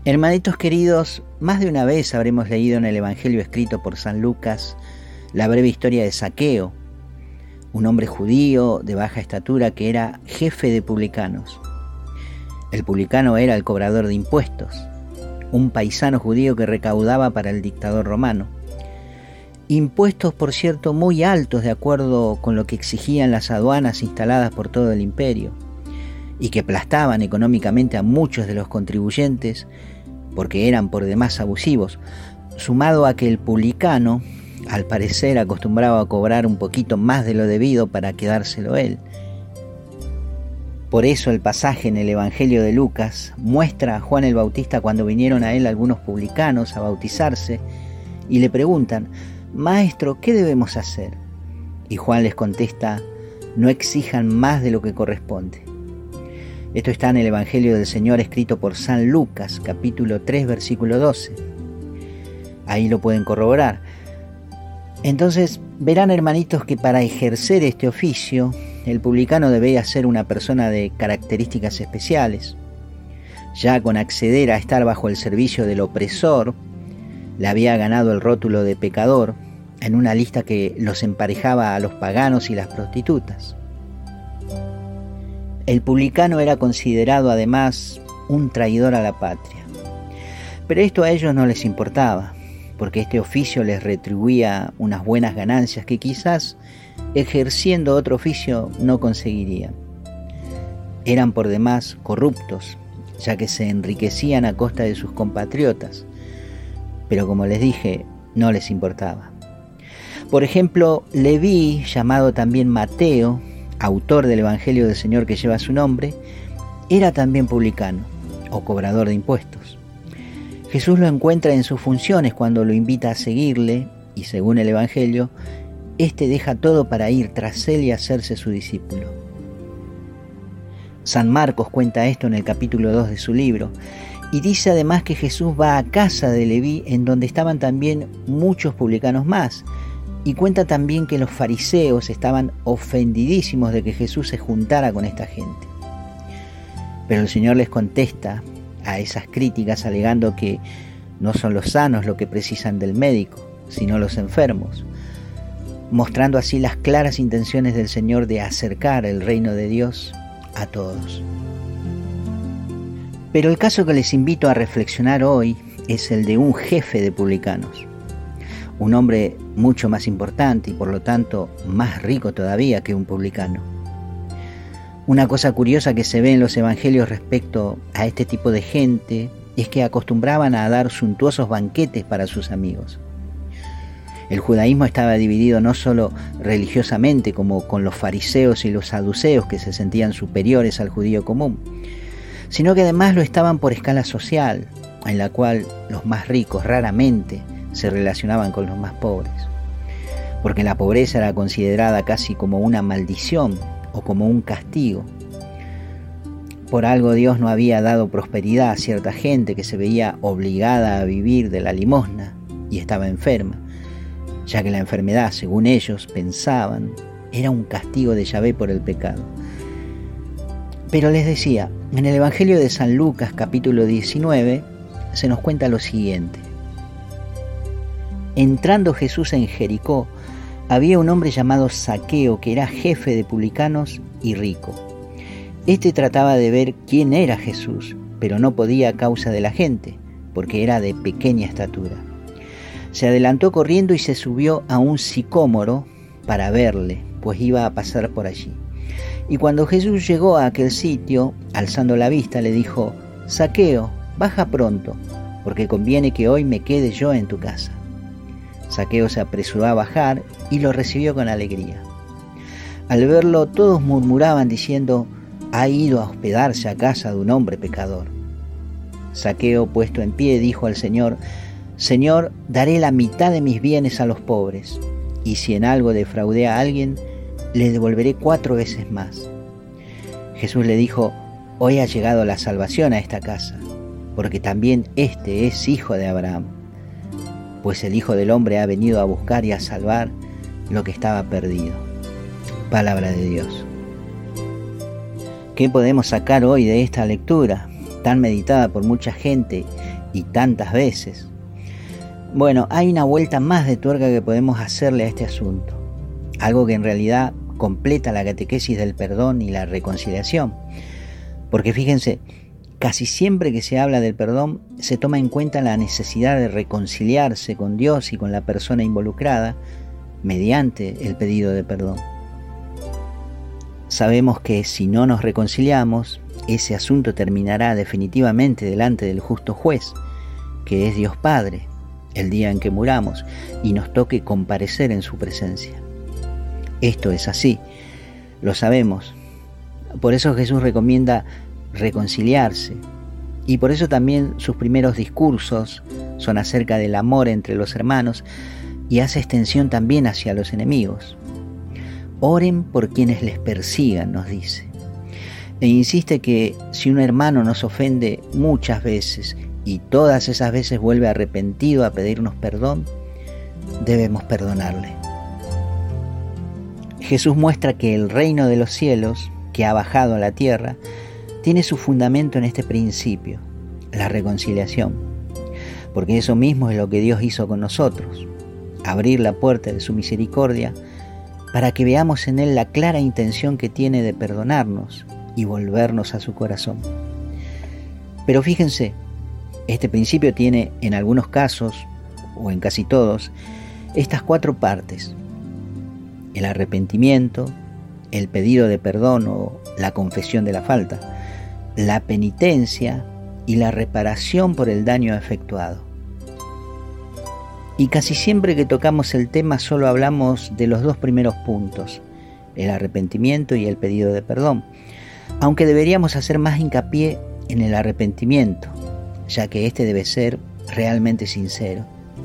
Hermanitos queridos, más de una vez habremos leído en el Evangelio escrito por San Lucas la breve historia de Zaqueo, un hombre judío de baja estatura que era jefe de publicanos. El publicano era el cobrador de impuestos, un paisano judío que recaudaba para el dictador romano. Impuestos, por cierto, muy altos de acuerdo con lo que exigían las aduanas instaladas por todo el imperio y que aplastaban económicamente a muchos de los contribuyentes porque eran por demás abusivos, sumado a que el publicano, al parecer, acostumbraba a cobrar un poquito más de lo debido para quedárselo él. Por eso el pasaje en el Evangelio de Lucas muestra a Juan el Bautista cuando vinieron a él algunos publicanos a bautizarse y le preguntan: «Maestro, ¿qué debemos hacer?». Y Juan les contesta: «No exijan más de lo que corresponde». Esto está en el Evangelio del Señor escrito por San Lucas, capítulo 3, versículo 12. Ahí lo pueden corroborar. Entonces verán, hermanitos, que para ejercer este oficio el publicano debía ser una persona de características especiales. Ya con acceder a estar bajo el servicio del opresor, le había ganado el rótulo de pecador en una lista que los emparejaba a los paganos y las prostitutas. El publicano era considerado además un traidor a la patria. Pero esto a ellos no les importaba, porque este oficio les retribuía unas buenas ganancias que quizás ejerciendo otro oficio no conseguirían. Eran por demás corruptos, ya que se enriquecían a costa de sus compatriotas, pero como les dije, no les importaba. Por ejemplo, Leví, llamado también Mateo, autor del Evangelio del Señor que lleva su nombre, era también publicano o cobrador de impuestos. Jesús lo encuentra en sus funciones cuando lo invita a seguirle y, según el Evangelio, éste deja todo para ir tras él y hacerse su discípulo. San Marcos cuenta esto en el capítulo 2 de su libro y dice además que Jesús va a casa de Leví, en donde estaban también muchos publicanos más, y cuenta también que los fariseos estaban ofendidísimos de que Jesús se juntara con esta gente. Pero el Señor les contesta a esas críticas alegando que no son los sanos los que precisan del médico, sino los enfermos, mostrando así las claras intenciones del Señor de acercar el reino de Dios a todos. Pero el caso que les invito a reflexionar hoy es el de un jefe de publicanos, un hombre mucho más importante y por lo tanto más rico todavía que un publicano. Una cosa curiosa que se ve en los evangelios respecto a este tipo de gente es que acostumbraban a dar suntuosos banquetes para sus amigos. El judaísmo estaba dividido no solo religiosamente como con los fariseos y los saduceos que se sentían superiores al judío común, sino que además lo estaban por escala social, en la cual los más ricos raramente se relacionaban con los más pobres, porque la pobreza era considerada casi como una maldición o como un castigo. Por algo Dios no había dado prosperidad a cierta gente que se veía obligada a vivir de la limosna y estaba enferma, ya que la enfermedad, según ellos pensaban, era un castigo de Yahvé por el pecado. Pero les decía, en el Evangelio de San Lucas, capítulo 19, se nos cuenta lo siguiente. Entrando Jesús en Jericó, había un hombre llamado Zaqueo, que era jefe de publicanos y rico. Este trataba de ver quién era Jesús, pero no podía a causa de la gente, porque era de pequeña estatura. Se adelantó corriendo y se subió a un sicómoro para verle, pues iba a pasar por allí. Y cuando Jesús llegó a aquel sitio, alzando la vista, le dijo: «Zaqueo, baja pronto, porque conviene que hoy me quede yo en tu casa». Zaqueo se apresuró a bajar y lo recibió con alegría. Al verlo, todos murmuraban diciendo: «Ha ido a hospedarse a casa de un hombre pecador». Zaqueo, puesto en pie, dijo al Señor: «Señor, daré la mitad de mis bienes a los pobres, y si en algo defraudé a alguien, le devolveré 4 veces más». Jesús le dijo: «Hoy ha llegado la salvación a esta casa, porque también este es hijo de Abraham. Pues el Hijo del Hombre ha venido a buscar y a salvar lo que estaba perdido». Palabra de Dios. ¿Qué podemos sacar hoy de esta lectura tan meditada por mucha gente y tantas veces. Bueno, hay una vuelta más de tuerca que podemos hacerle a este asunto, algo que en realidad completa la catequesis del perdón y la reconciliación. Porque fíjense, casi siempre que se habla del perdón se toma en cuenta la necesidad de reconciliarse con Dios y con la persona involucrada mediante el pedido de perdón. Sabemos que si no nos reconciliamos, ese asunto terminará definitivamente delante del justo juez, que es Dios Padre, el día en que muramos y nos toque comparecer en su presencia. Esto es así, lo sabemos. Por eso Jesús recomienda reconciliarse, y por eso también sus primeros discursos son acerca del amor entre los hermanos y hace extensión también hacia los enemigos. Oren por quienes les persigan, nos dice. E insiste que si un hermano nos ofende muchas veces y todas esas veces vuelve arrepentido a pedirnos perdón, debemos perdonarle. Jesús muestra que el reino de los cielos, que ha bajado a la tierra, tiene su fundamento en este principio, la reconciliación. Porque eso mismo es lo que Dios hizo con nosotros, abrir la puerta de su misericordia para que veamos en Él la clara intención que tiene de perdonarnos y volvernos a su corazón. Pero fíjense, este principio tiene en algunos casos, o en casi todos, estas 4 partes: el arrepentimiento, el pedido de perdón o la confesión de la falta, la penitencia y la reparación por el daño efectuado. Y casi siempre que tocamos el tema solo hablamos de los 2 primeros puntos, el arrepentimiento y el pedido de perdón, aunque deberíamos hacer más hincapié en el arrepentimiento, ya que este debe ser realmente sincero.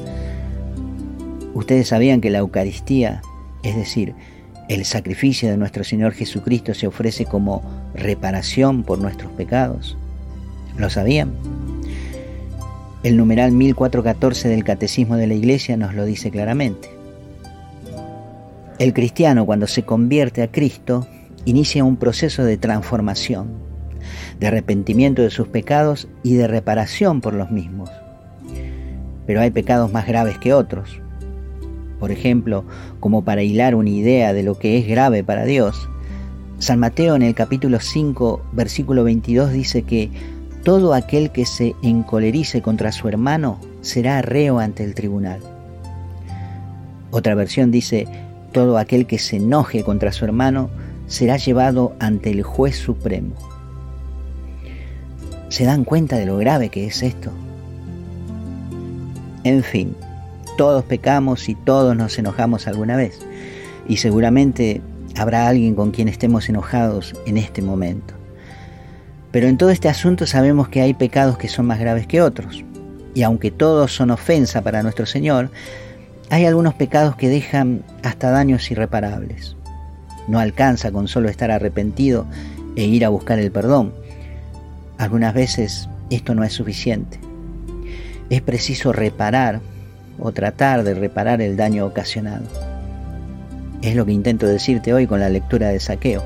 Ustedes sabían que la Eucaristía, es decir, el sacrificio de nuestro Señor Jesucristo, se ofrece como reparación por nuestros pecados. ¿Lo sabían? El numeral 1414 del Catecismo de la Iglesia nos lo dice claramente. El cristiano, cuando se convierte a Cristo, inicia un proceso de transformación, de arrepentimiento de sus pecados y de reparación por los mismos. Pero hay pecados más graves que otros. Por ejemplo, como para hilar una idea de lo que es grave para Dios, San Mateo en el capítulo 5, versículo 22 dice que todo aquel que se encolerice contra su hermano será reo ante el tribunal. Otra versión dice, todo aquel que se enoje contra su hermano será llevado ante el juez supremo. ¿Se dan cuenta de lo grave que es esto? En fin, todos pecamos y todos nos enojamos alguna vez, y seguramente habrá alguien con quien estemos enojados en este momento. Pero en todo este asunto sabemos que hay pecados que son más graves que otros, y aunque todos son ofensa para nuestro Señor, hay algunos pecados que dejan hasta daños irreparables. No alcanza con solo estar arrepentido e ir a buscar el perdón. Algunas veces esto no es suficiente. Es preciso reparar o tratar de reparar el daño ocasionado. Es lo que intento decirte hoy con la lectura de Zaqueo.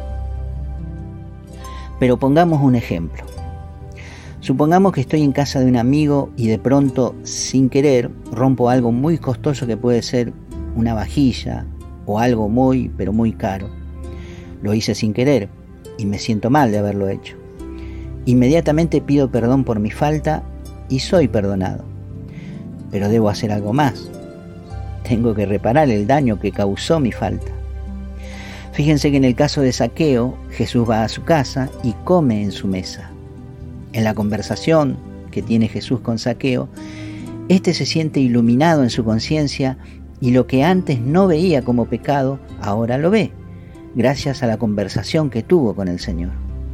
Pero pongamos un ejemplo. Supongamos que estoy en casa de un amigo y de pronto, sin querer, rompo algo muy costoso que puede ser una vajilla o algo muy, pero muy caro. Lo hice sin querer y me siento mal de haberlo hecho. Inmediatamente pido perdón por mi falta y soy perdonado. Pero debo hacer algo más. Tengo que reparar el daño que causó mi falta. Fíjense que en el caso de Zaqueo, Jesús va a su casa y come en su mesa. En la conversación que tiene Jesús con Zaqueo, éste se siente iluminado en su conciencia y lo que antes no veía como pecado, ahora lo ve, gracias a la conversación que tuvo con el Señor.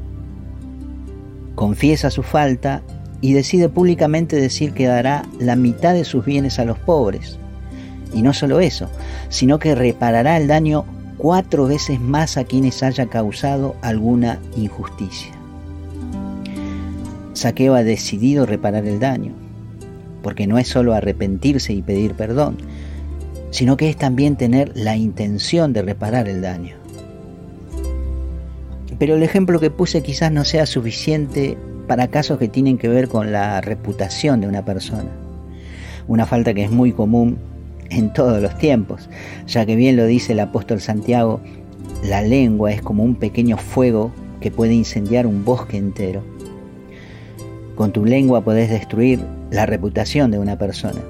Confiesa su falta y decide públicamente decir que dará la mitad de sus bienes a los pobres. Y no solo eso, sino que reparará el daño 4 veces más a quienes haya causado alguna injusticia. Zaqueo ha decidido reparar el daño, porque no es solo arrepentirse y pedir perdón, sino que es también tener la intención de reparar el daño. Pero el ejemplo que puse quizás no sea suficiente para casos que tienen que ver con la reputación de una persona. Una falta que es muy común en todos los tiempos, ya que bien lo dice el apóstol Santiago, la lengua es como un pequeño fuego que puede incendiar un bosque entero. Con tu lengua podés destruir la reputación de una persona.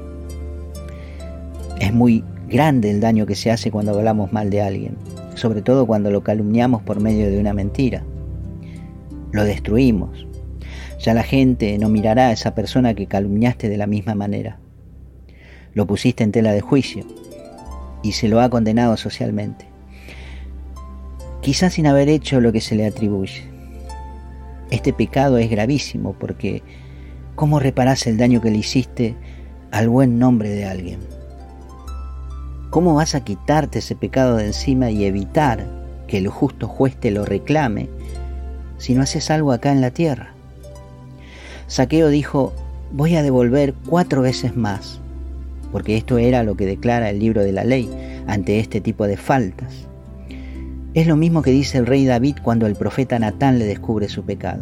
Es muy grande el daño que se hace cuando hablamos mal de alguien, sobre todo cuando lo calumniamos por medio de una mentira. Lo destruimos. Ya la gente no mirará a esa persona que calumniaste de la misma manera. Lo pusiste en tela de juicio y se lo ha condenado socialmente. Quizás sin haber hecho lo que se le atribuye. Este pecado es gravísimo porque ¿cómo reparás el daño que le hiciste al buen nombre de alguien? ¿Cómo vas a quitarte ese pecado de encima y evitar que el justo juez te lo reclame si no haces algo acá en la tierra? Zaqueo dijo, voy a devolver 4 veces más, porque esto era lo que declara el libro de la ley ante este tipo de faltas. Es lo mismo que dice el rey David cuando el profeta Natán le descubre su pecado.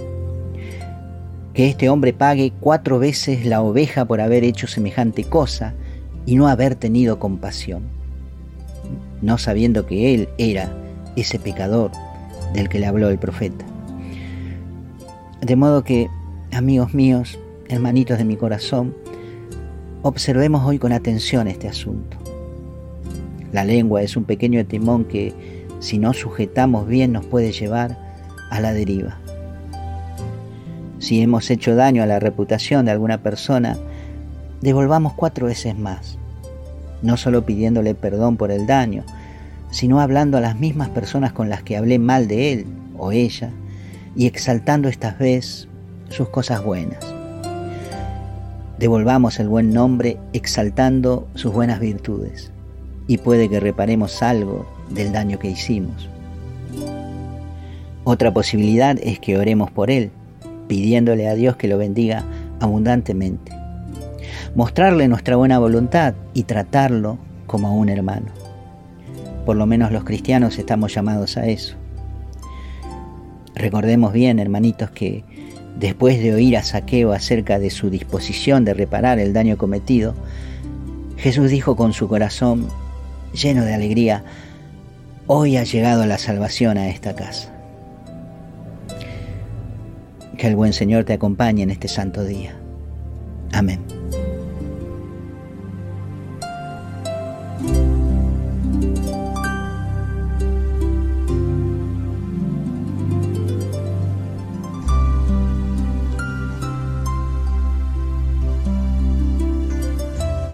Que este hombre pague 4 veces la oveja por haber hecho semejante cosa y no haber tenido compasión, no sabiendo que él era ese pecador del que le habló el profeta. De modo que, amigos míos, hermanitos de mi corazón, observemos hoy con atención este asunto. La lengua es un pequeño timón que, si no sujetamos bien, nos puede llevar a la deriva. Si hemos hecho daño a la reputación de alguna persona, devolvamos 4 veces más, no solo pidiéndole perdón por el daño, sino hablando a las mismas personas con las que hablé mal de él o ella y exaltando esta vez sus cosas buenas. Devolvamos el buen nombre exaltando sus buenas virtudes y puede que reparemos algo del daño que hicimos. Otra posibilidad es que oremos por él, pidiéndole a Dios que lo bendiga abundantemente. Mostrarle nuestra buena voluntad y tratarlo como a un hermano. Por lo menos los cristianos estamos llamados a eso. Recordemos bien, hermanitos, que después de oír a Zaqueo acerca de su disposición de reparar el daño cometido, Jesús dijo con su corazón lleno de alegría, hoy ha llegado la salvación a esta casa. Que el buen Señor te acompañe en este santo día. Amén.